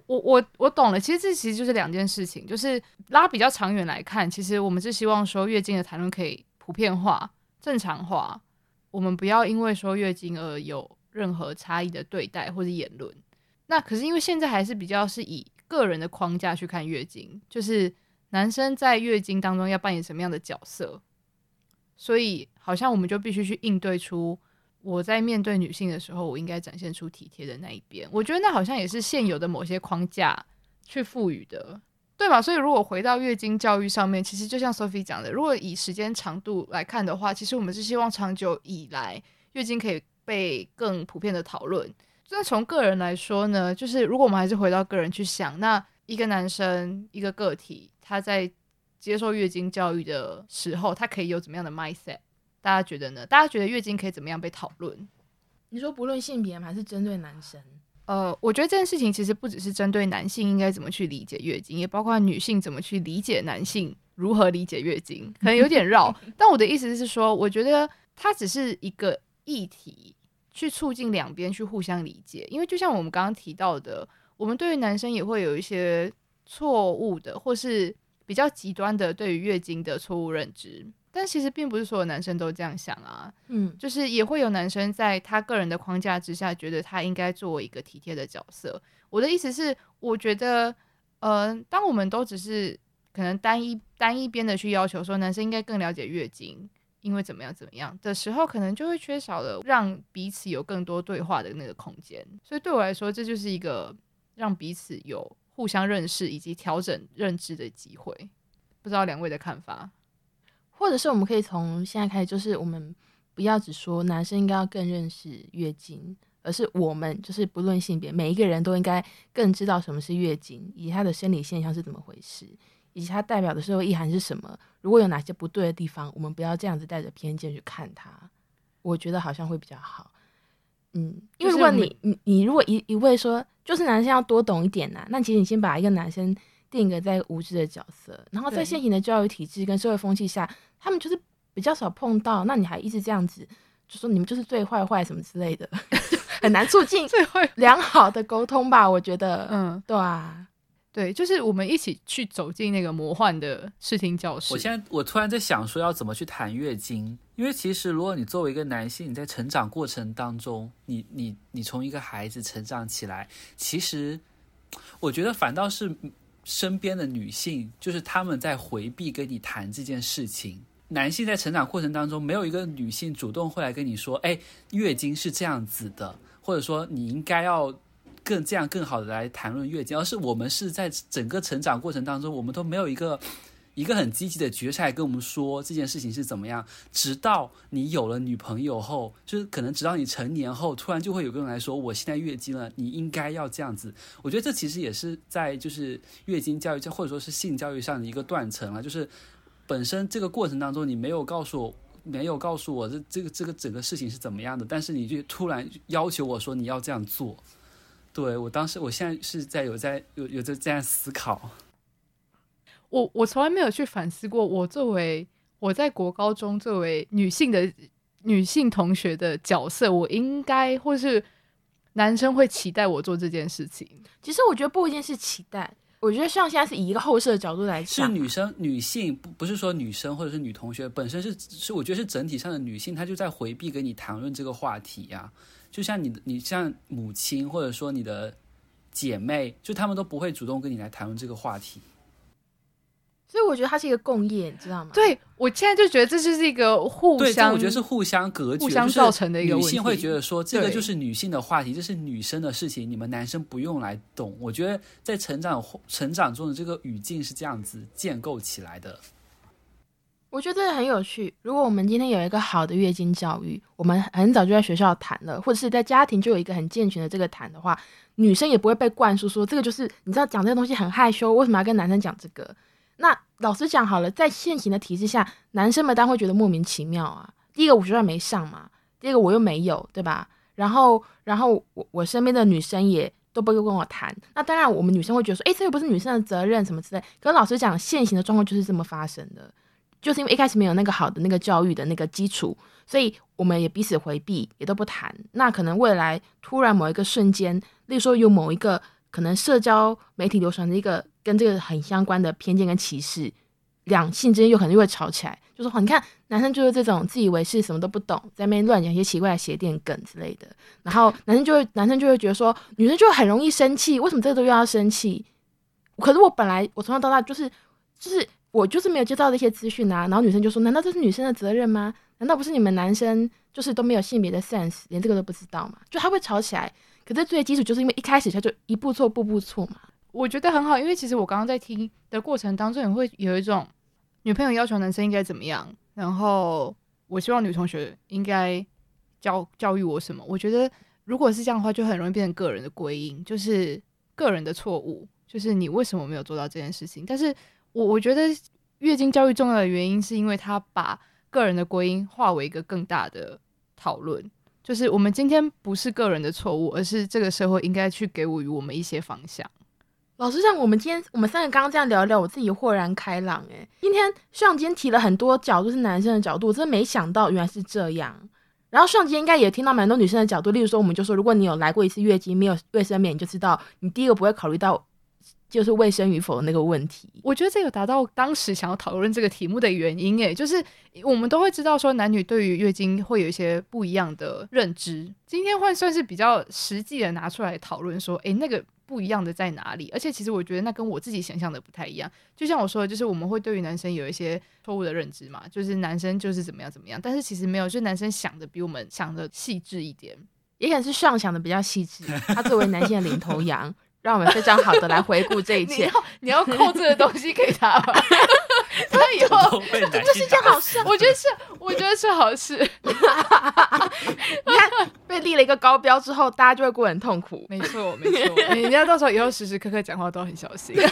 我懂了，其实这其实就是两件事情，就是拉比较长远来看，其实我们是希望说月经的谈论可以普遍化、正常化，我们不要因为说月经而有任何差异的对待或者言论。那可是因为现在还是比较是以个人的框架去看月经，就是男生在月经当中要扮演什么样的角色，所以好像我们就必须去应对出我在面对女性的时候，我应该展现出体贴的那一边。我觉得那好像也是现有的某些框架去赋予的，对吧？所以如果回到月经教育上面，其实就像 Sophie 讲的，如果以时间长度来看的话，其实我们是希望长久以来月经可以被更普遍的讨论。那从个人来说呢，就是如果我们还是回到个人去想，那一个男生一个个体，他在接受月经教育的时候，他可以有怎么样的 mindset？大家觉得呢？大家觉得月经可以怎么样被讨论？ 你说不论性别吗？还是针对男生？ 我觉得这件事情其实不只是针对男性应该怎么去理解月经，也包括女性怎么去理解男性如何理解月经，可能有点绕。但我的意思是说，我觉得它只是一个议题，去促进两边去互相理解。因为就像我们刚刚提到的，我们对于男生也会有一些错误的，或是比较极端的对于月经的错误认知。但其实并不是所有男生都这样想啊，就是也会有男生在他个人的框架之下，觉得他应该做一个体贴的角色。我的意思是，我觉得，当我们都只是可能单一边的去要求说男生应该更了解月经，因为怎么样怎么样的时候，可能就会缺少了让彼此有更多对话的那个空间。所以对我来说，这就是一个让彼此有互相认识以及调整认知的机会。不知道两位的看法？ 或者是我们可以从现在开始，就是我们不要只说男生应该要更认识月经，而是我们就是不论性别，每一个人都应该更知道什么是月经，以及它的生理现象是怎么回事，以及它代表的社会意涵是什么。如果有哪些不对的地方，我们不要这样子带着偏见去看它，我觉得好像会比较好。因为如果你如果一味说就是男生要多懂一点啊，那其实你先把一个男生定一个在无知的角色，然后在现行的教育体制跟社会风气下，他们就是比较少碰到，那你还一直这样子就说你们就是最坏什么之类的很难促进良好的沟通吧，我觉得。对啊， 对，就是我们一起去走进那个魔幻的视听教室。 我突然在想说要怎么去谈月经，因为其实如果你作为一个男性，你在成长过程当中，你从一个孩子成长起来，其实我觉得反倒是身边的女性，就是她们在回避跟你谈这件事情。男性在成长过程当中，没有一个女性主动会来跟你说，月经是这样子的，或者说你应该要这样更好的来谈论月经，而是我们是在整个成长过程当中，我们都没有一个很积极的觉察来跟我们说这件事情是怎么样，直到你有了女朋友后，就是可能直到你成年后，突然就会有个人来说我现在月经了，你应该要这样子。我觉得这其实也是在就是月经教育或者说是性教育上的一个断层了，就是本身这个过程当中你没有告诉我这个整个事情是怎么样的，但是你就突然要求我说你要这样做。对，我现在是有在这样思考。 我从来没有去反思过，我在国高中作为女性同学的角色，我应该或是男生会期待我做这件事情。 其实我觉得不一定是期待，我觉得像现在是以一个后设的角度来讲， 是女性不是说女生或者是女同学本身是我觉得是整体上的女性，她就在回避跟你谈论这个话题啊。就像你像母亲或者说你的姐妹，就她们都不会主动跟你来谈论这个话题。 所以我觉得它是一个共业，你知道吗？ 对，我现在就觉得这就是一个互相， 对，我觉得是互相隔绝、 互相造成的一个问题。 女性会觉得说这个就是女性的话题，这是女生的事情，你们男生不用来懂。我觉得在成长中的这个语境是这样子建构起来的。 我觉得很有趣。如果我们今天有一个好的月经教育，我们很早就在学校谈了，或者是在家庭就有一个很健全的这个谈的话，女生也不会被灌输说这个就是你知道讲这个东西很害羞，为什么要跟男生讲这个？那老实讲好了，在现行的体制下，男生们当然会觉得莫名其妙啊。第一个我学校没上嘛，第二个我又没有，对吧？然后我身边的女生也都不会跟我谈。那当然我们女生会觉得说，这又不是女生的责任什么之类。可是老实讲，现行的状况就是这么发生的。就是因为一开始没有那个好的那个教育的那个基础，所以我们也彼此回避，也都不谈。那可能未来突然某一个瞬间，例如说有某一个可能社交媒体流传的一个跟这个很相关的偏见跟歧视，两性之间有可能就会吵起来，就说你看男生就是这种自以为是什么都不懂，在那边乱讲一些奇怪的鞋垫梗之类的，然后男生就会觉得说女生就很容易生气，为什么这个都要生气？可是我从小到大就是我就是没有接到这些资讯啊，然后女生就说难道这是女生的责任吗？难道不是你们男生就是都没有性别的 sense， 连这个都不知道吗？就他会吵起来，可是最基础就是因为一开始他就一步错步步错嘛。 我觉得很好，因为其实我刚刚在听的过程当中，也会有一种女朋友要求男生应该怎么样，然后我希望女同学应该教育我什么。我觉得如果是这样的话，就很容易变成个人的归因，就是个人的错误，就是你为什么没有做到这件事情。但是我觉得月经教育重要的原因是因为他把个人的归因化为一个更大的讨论，就是我们今天不是个人的错误，而是这个社会应该去给予我们一些方向。 老实讲，我们三个刚刚这样聊一聊，我自己豁然开朗今天上今天提了很多角度是男生的角度，我真的没想到原来是这样。然后上今天应该也听到蛮多女生的角度，例如说我们就说，如果你有来过一次月经没有卫生棉，你就知道你第一个不会考虑到就是卫生与否的那个问题。 我觉得这有达到当时想要讨论这个题目的原因就是我们都会知道说男女对于月经会有一些不一样的认知，今天会算是比较实际的拿出来讨论说那个不一样的在哪里。而且其实我觉得那跟我自己想象的不太一样，就像我说的，就是我们会对于男生有一些错误的认知嘛，就是男生就是怎么样怎么样，但是其实没有，就是男生想的比我们想的细致一点， 也可能是上想的比较细致，他作为男性的领头羊让我们非常好的来回顾这一切。 你要扣这个东西给他吧他以后这是件好事， 我觉得是好事你看被立了一个高标之后，大家就会过得很痛苦。 没错没错你要到时候以后时时刻刻讲话都很小心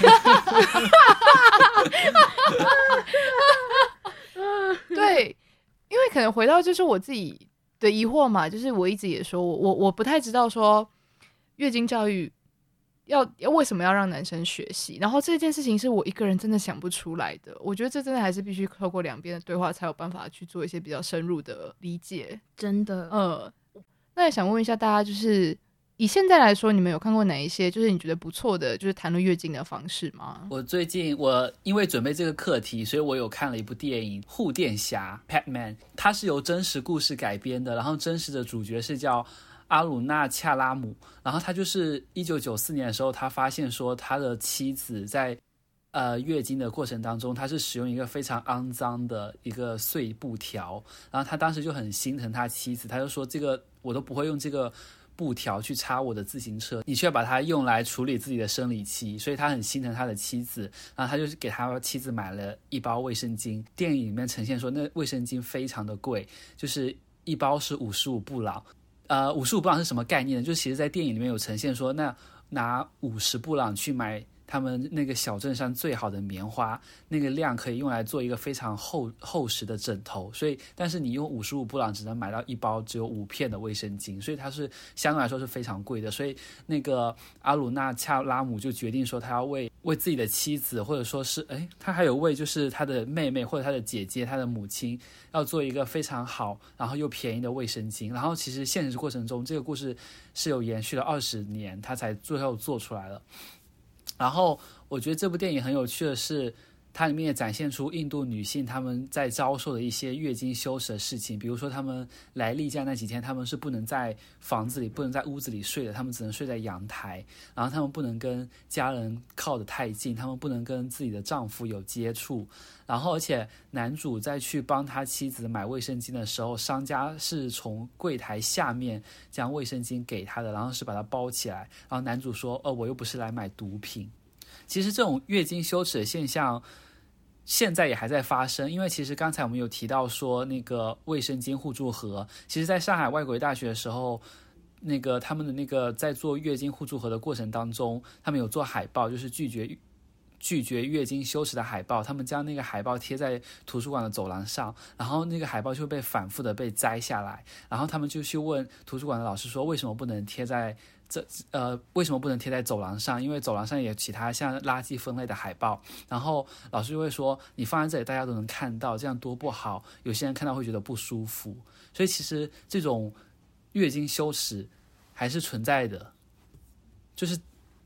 对，因为可能回到就是我自己的疑惑嘛，就是我一直也说我不太知道说月经教育要为什么要让男生学习，然后这件事情是我一个人真的想不出来的。我觉得这真的还是必须透过两边的对话才有办法去做一些比较深入的理解， 真的。 那也想问一下大家，就是以现在来说，你们有看过哪一些就是你觉得不错的就是谈论月经的方式吗？ 我最近因为准备这个课题，所以我有看了一部电影《护垫侠》 Pac-Man， 它是由真实故事改编的，然后真实的主角是叫阿鲁纳恰拉姆，然后他就是1994年的时候，他发现说他的妻子在月经的过程当中，他是使用一个非常肮脏的一个碎布条，然后他当时就很心疼他妻子，他就说这个我都不会用这个布条去插我的自行车，你却把它用来处理自己的生理期，所以他很心疼他的妻子，然后他就给他妻子买了一包卫生巾。电影里面呈现说那卫生巾非常的贵，就是一包是55布朗。55布朗是什么概念呢？就其实在电影里面有呈现说，那拿50布朗去买他们那个小镇上最好的棉花，那个量可以用来做一个非常厚实的枕头，所以但是你用55布朗只能买到一包只有5片的卫生巾，所以它是相对来说是非常贵的。所以那个阿鲁纳恰拉姆就决定说他要为自己的妻子，或者说是他还有为就是他的妹妹或者他的姐姐他的母亲要做一个非常好然后又便宜的卫生巾。然后其实现实过程中这个故事是有延续了20年，他才最后做出来了。然后我觉得这部电影很有趣的是，它里面也展现出印度女性她们在遭受的一些月经羞耻的事情，比如说她们来例假那几天，她们是不能在房子里不能在屋子里睡的，她们只能睡在阳台，然后她们不能跟家人靠得太近，她们不能跟自己的丈夫有接触，然后而且男主在去帮他妻子买卫生巾的时候，商家是从柜台下面将卫生巾给他的，然后是把它包起来，然后男主说我又不是来买毒品。其实这种月经羞耻的现象现在也还在发生，因为其实刚才我们有提到说那个卫生巾互助盒，其实在上海外国语大学的时候，那个他们的那个在做月经互助盒的过程当中，他们有做海报，就是拒绝月经羞耻的海报，他们将那个海报贴在图书馆的走廊上，然后那个海报就被反复的被摘下来，然后他们就去问图书馆的老师说为什么不能贴在走廊上，因为走廊上也有其他像垃圾分类的海报，然后老师就会说你放在这里大家都能看到，这样多不好，有些人看到会觉得不舒服，所以其实这种月经羞耻还是存在的，就是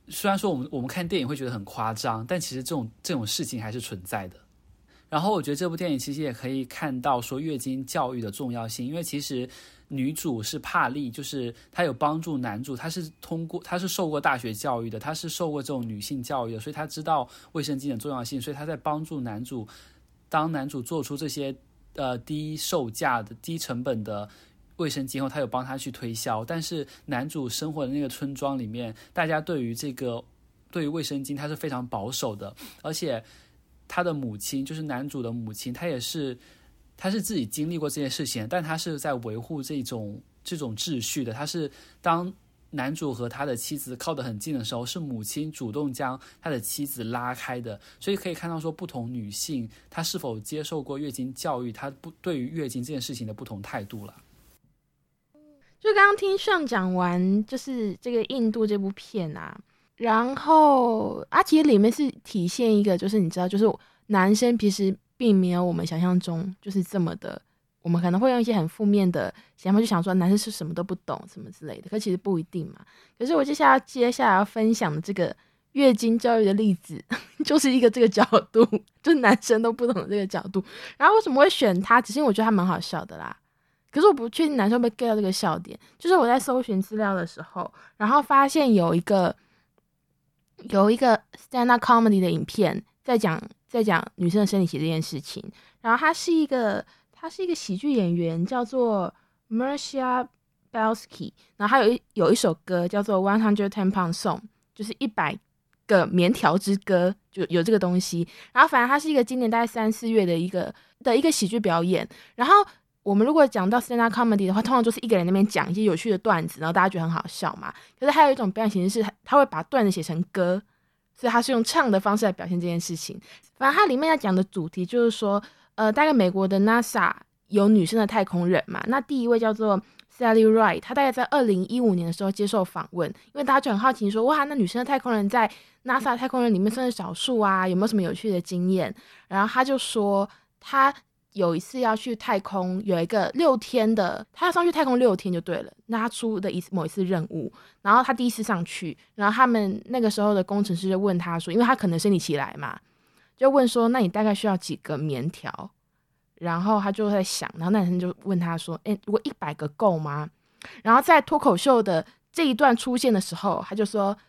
虽然说我们看电影会觉得很夸张，但其实这种事情还是存在的。然后我觉得这部电影其实也可以看到说月经教育的重要性，因为其实女主是帕莉，就是她有帮助男主，她是受过大学教育的，她是受过这种女性教育的，所以她知道卫生巾的重要性，所以她在帮助男主，当男主做出这些低售价的低成本的卫生巾后，她有帮他去推销。但是男主生活的那个村庄里面，大家对于卫生巾他是非常保守的，而且他的母亲就是男主的母亲，他是自己经历过这件事情，但他是在维护这种秩序的。他是当男主和他的妻子靠得很近的时候，是母亲主动将他的妻子拉开的。所以可以看到说，不同女性她是否接受过月经教育，她对于月经这件事情的不同态度了。 就刚刚听上讲完，就是这个印度这部片啊。然后其实里面是体现一个，就是你知道，就是男生其实并没有我们想象中就是这么的，我们可能会用一些很负面的想法，就想说男生是什么都不懂什么之类的，可其实不一定嘛。可是我接下来要分享的这个月经教育的例子，就是一个这个角度，就是男生都不懂的这个角度。然后为什么会选他？只是因为我觉得他蛮好笑的啦。可是我不确定男生会不会 get 到这个笑点。就是我在搜寻资料的时候，然后发现有一个 stand-up comedy 的影片在讲女生的生理期这件事情。然后他是一个喜剧演员，叫做 Marcia Belsky。然后他有一首歌叫做 110 Pound Song， 就是100个棉条之歌，就有这个东西。然后反正他是一个今年大概3-4月的一个喜剧表演。然后我们如果讲到 stand-up comedy 的话，通常就是一个人在那边讲一些有趣的段子，然后大家觉得很好笑嘛。可是还有一种表演形式是他会把段子写成歌，所以他是用唱的方式来表现这件事情。反正他里面要讲的主题就是说，大概美国的 NASA 有女生的太空人嘛。那第一位叫做 Sally Ride， 她大概在2015年的时候接受访问，因为大家就很好奇说，哇，那女生的太空人在 NASA 的太空人里面算是少数啊，有没有什么有趣的经验？然后他就说他有一次要去太空，有一个6天的，他要上去太空6天就对了。那他出的某一次任务，然后他第一次上去，然后他们那个时候的工程师就问他说，因为他可能生理期来嘛，就问说，那你大概需要几个棉条？然后他就在想，然后那男生就问他说，如果100个够吗？然后在脱口秀的这一段出现的时候，他就说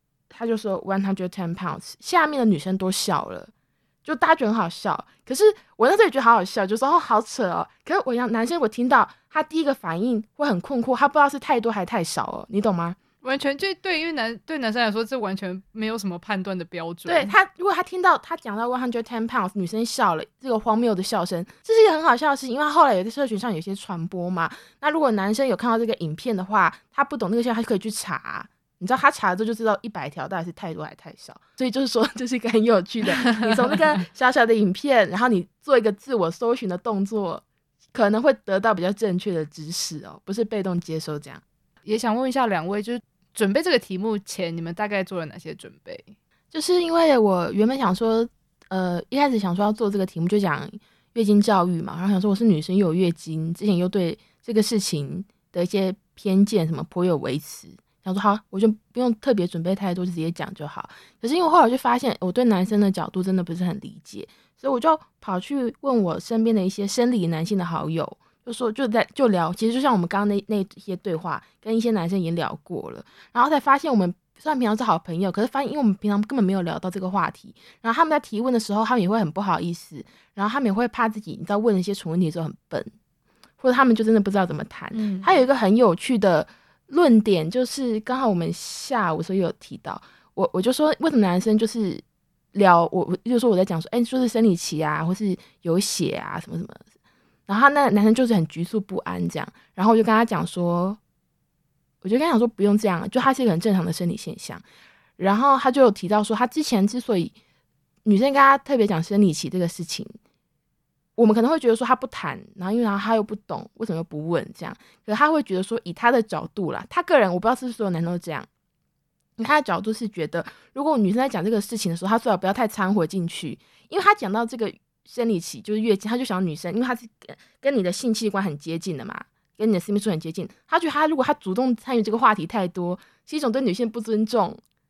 110 pounds， 下面的女生都笑了。就大家觉得很好笑，可是我那时候也觉得好好笑，就说好扯哦。可是男生我听到他第一个反应会很困惑，他不知道是太多还太少哦，你懂吗？ 完全就对，因为对男生来说，这完全没有什么判断的标准。 对他，如果他听到他讲到110 pounds， 女生笑了，这个荒谬的笑声，这是一个很好笑的事情，因为他后来也在社群上有些传播嘛。那如果男生有看到这个影片的话，他不懂那个笑，他就可以去查。你知道他查了之后就知道100条到底是太多还太少，所以就是说这是一个很有趣的，你从那个小小的影片，然后你做一个自我搜寻的动作，可能会得到比较正确的知识哦，不是被动接收这样。 也想问一下两位，就是准备这个题目前，你们大概做了哪些准备？ 就是因为我原本想说，一开始想说要做这个题目就讲月经教育嘛，然后想说我是女生又有月经，之前又对这个事情的一些偏见什么颇有微词。想说好，我就不用特别准备太多，就直接讲就好。可是因为后来我就发现，我对男生的角度真的不是很理解，所以我就跑去问我身边的一些生理男性的好友，就聊，其实就像我们刚刚那些对话，跟一些男生也聊过了，然后才发现我们虽然平常是好朋友，可是发现因为我们平常根本没有聊到这个话题，然后他们在提问的时候，他们也会很不好意思，然后他们也会怕自己你知道问一些蠢问题的时候很笨，或者他们就真的不知道怎么谈。还有一个很有趣的论点，就是刚好我们下午的时候有提到，我就说为什么男生就是聊我就说我在讲说，就是生理期啊，或是有血啊什么什么，然后他那男生就是很局促不安这样，然后我就跟他讲说，不用这样，就他是一个很正常的生理现象。然后他就有提到说，他之前之所以女生跟他特别讲生理期这个事情，我们可能会觉得说他不谈，然后因为他又不懂，为什么又不问这样？可是他会觉得说，以他的角度啦，他个人我不知道是不是所有男生都这样，他的角度是觉得，如果女生在讲这个事情的时候，他最好不要太掺和进去，因为他讲到这个生理期就是月经，他就想女生，因为他是跟你的性器官很接近的嘛，跟你的私密处很接近，他觉得如果他主动参与这个话题太多，是一种对女性不尊重，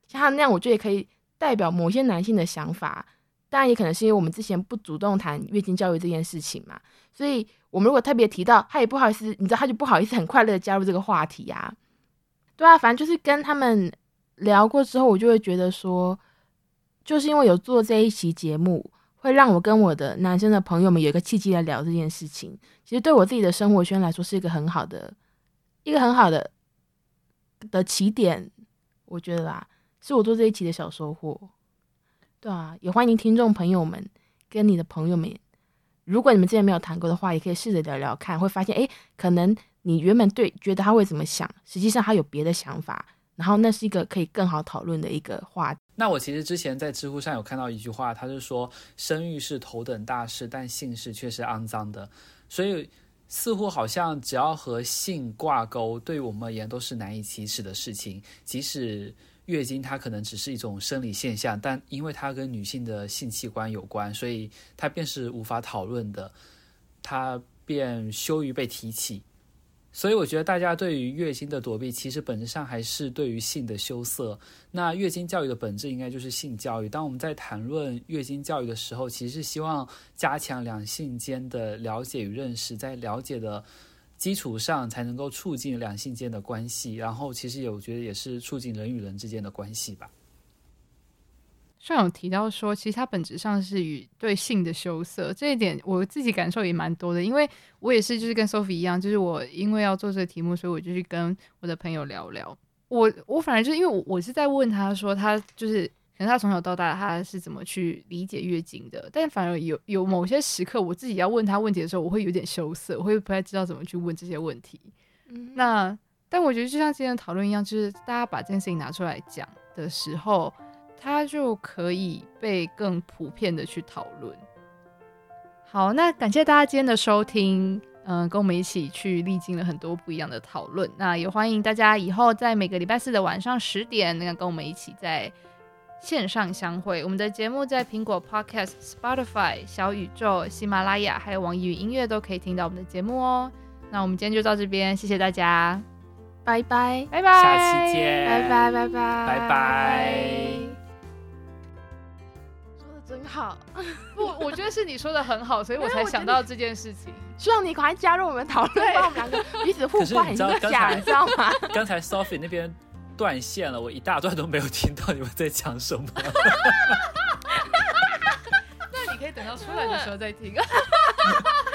像他那样，我觉得也可以代表某些男性的想法。当然也可能是因为我们之前不主动谈月经教育这件事情嘛，所以我们如果特别提到，他也不好意思，你知道他就不好意思很快乐的加入这个话题啊。对啊，反正就是跟他们聊过之后，我就会觉得说，就是因为有做这一期节目，会让我跟我的男生的朋友们有一个契机来聊这件事情。其实对我自己的生活圈来说，是一个很好的起点，我觉得啦，是我做这一期的小收获。对啊，也欢迎听众朋友们跟你的朋友们，如果你们之前没有谈过的话，也可以试着聊聊看，会发现可能你原本觉得他会怎么想，实际上他有别的想法，然后那是一个可以更好讨论的一个话题。 那我其实之前在知乎上有看到一句话，他是说生育是头等大事，但性事却是肮脏的，所以似乎好像只要和性挂钩，对于我们而言都是难以启齿的事情。即使月经它可能只是一种生理现象，但因为它跟女性的性器官有关，所以它便是无法讨论的，它便羞于被提起。所以我觉得大家对于月经的躲避，其实本质上还是对于性的羞涩。那月经教育的本质应该就是性教育。当我们在谈论月经教育的时候，其实是希望加强两性间的了解与认识，在了解的基础上才能够促进两性间的关系，然后其实我觉得也是促进人与人之间的关系吧。 上有提到说，其实它本质上是与对性的羞涩，这一点我自己感受也蛮多的，因为我也是就是跟 Sophie 一样，就是我因为要做这个题目，所以我就去跟我的朋友聊聊。我反而就是因为我是在问他说，他就是可能他从小到大他是怎么去理解月经的，但反而有某些时刻，我自己要问他问题的时候，我会有点羞涩，我会不太知道怎么去问这些问题。但我觉得就像今天的讨论一样，就是大家把这件事情拿出来讲的时候，它就可以被更普遍的去讨论。好，那感谢大家今天的收听，跟我们一起去历经了很多不一样的讨论。那也欢迎大家以后在每个礼拜四的晚上10点，跟我们一起在线上相会。我们的节目在苹果 Podcast、Spotify、小宇宙、喜马拉雅还有网易云音乐都可以听到我们的节目哦。那我们今天就到这边，谢谢大家， 拜拜， 拜拜， 下期见， 拜拜，拜拜， 拜拜。 真好， 不，我觉得是你说的很好，所以我才想到这件事情。 希望你赶快加入我们讨论，帮我们两个彼此互换，很像个假，你知道吗？ 刚才 Sophie 那边断线了，我一大段都没有听到你们在讲什么。 那你可以等到出来的时候再听。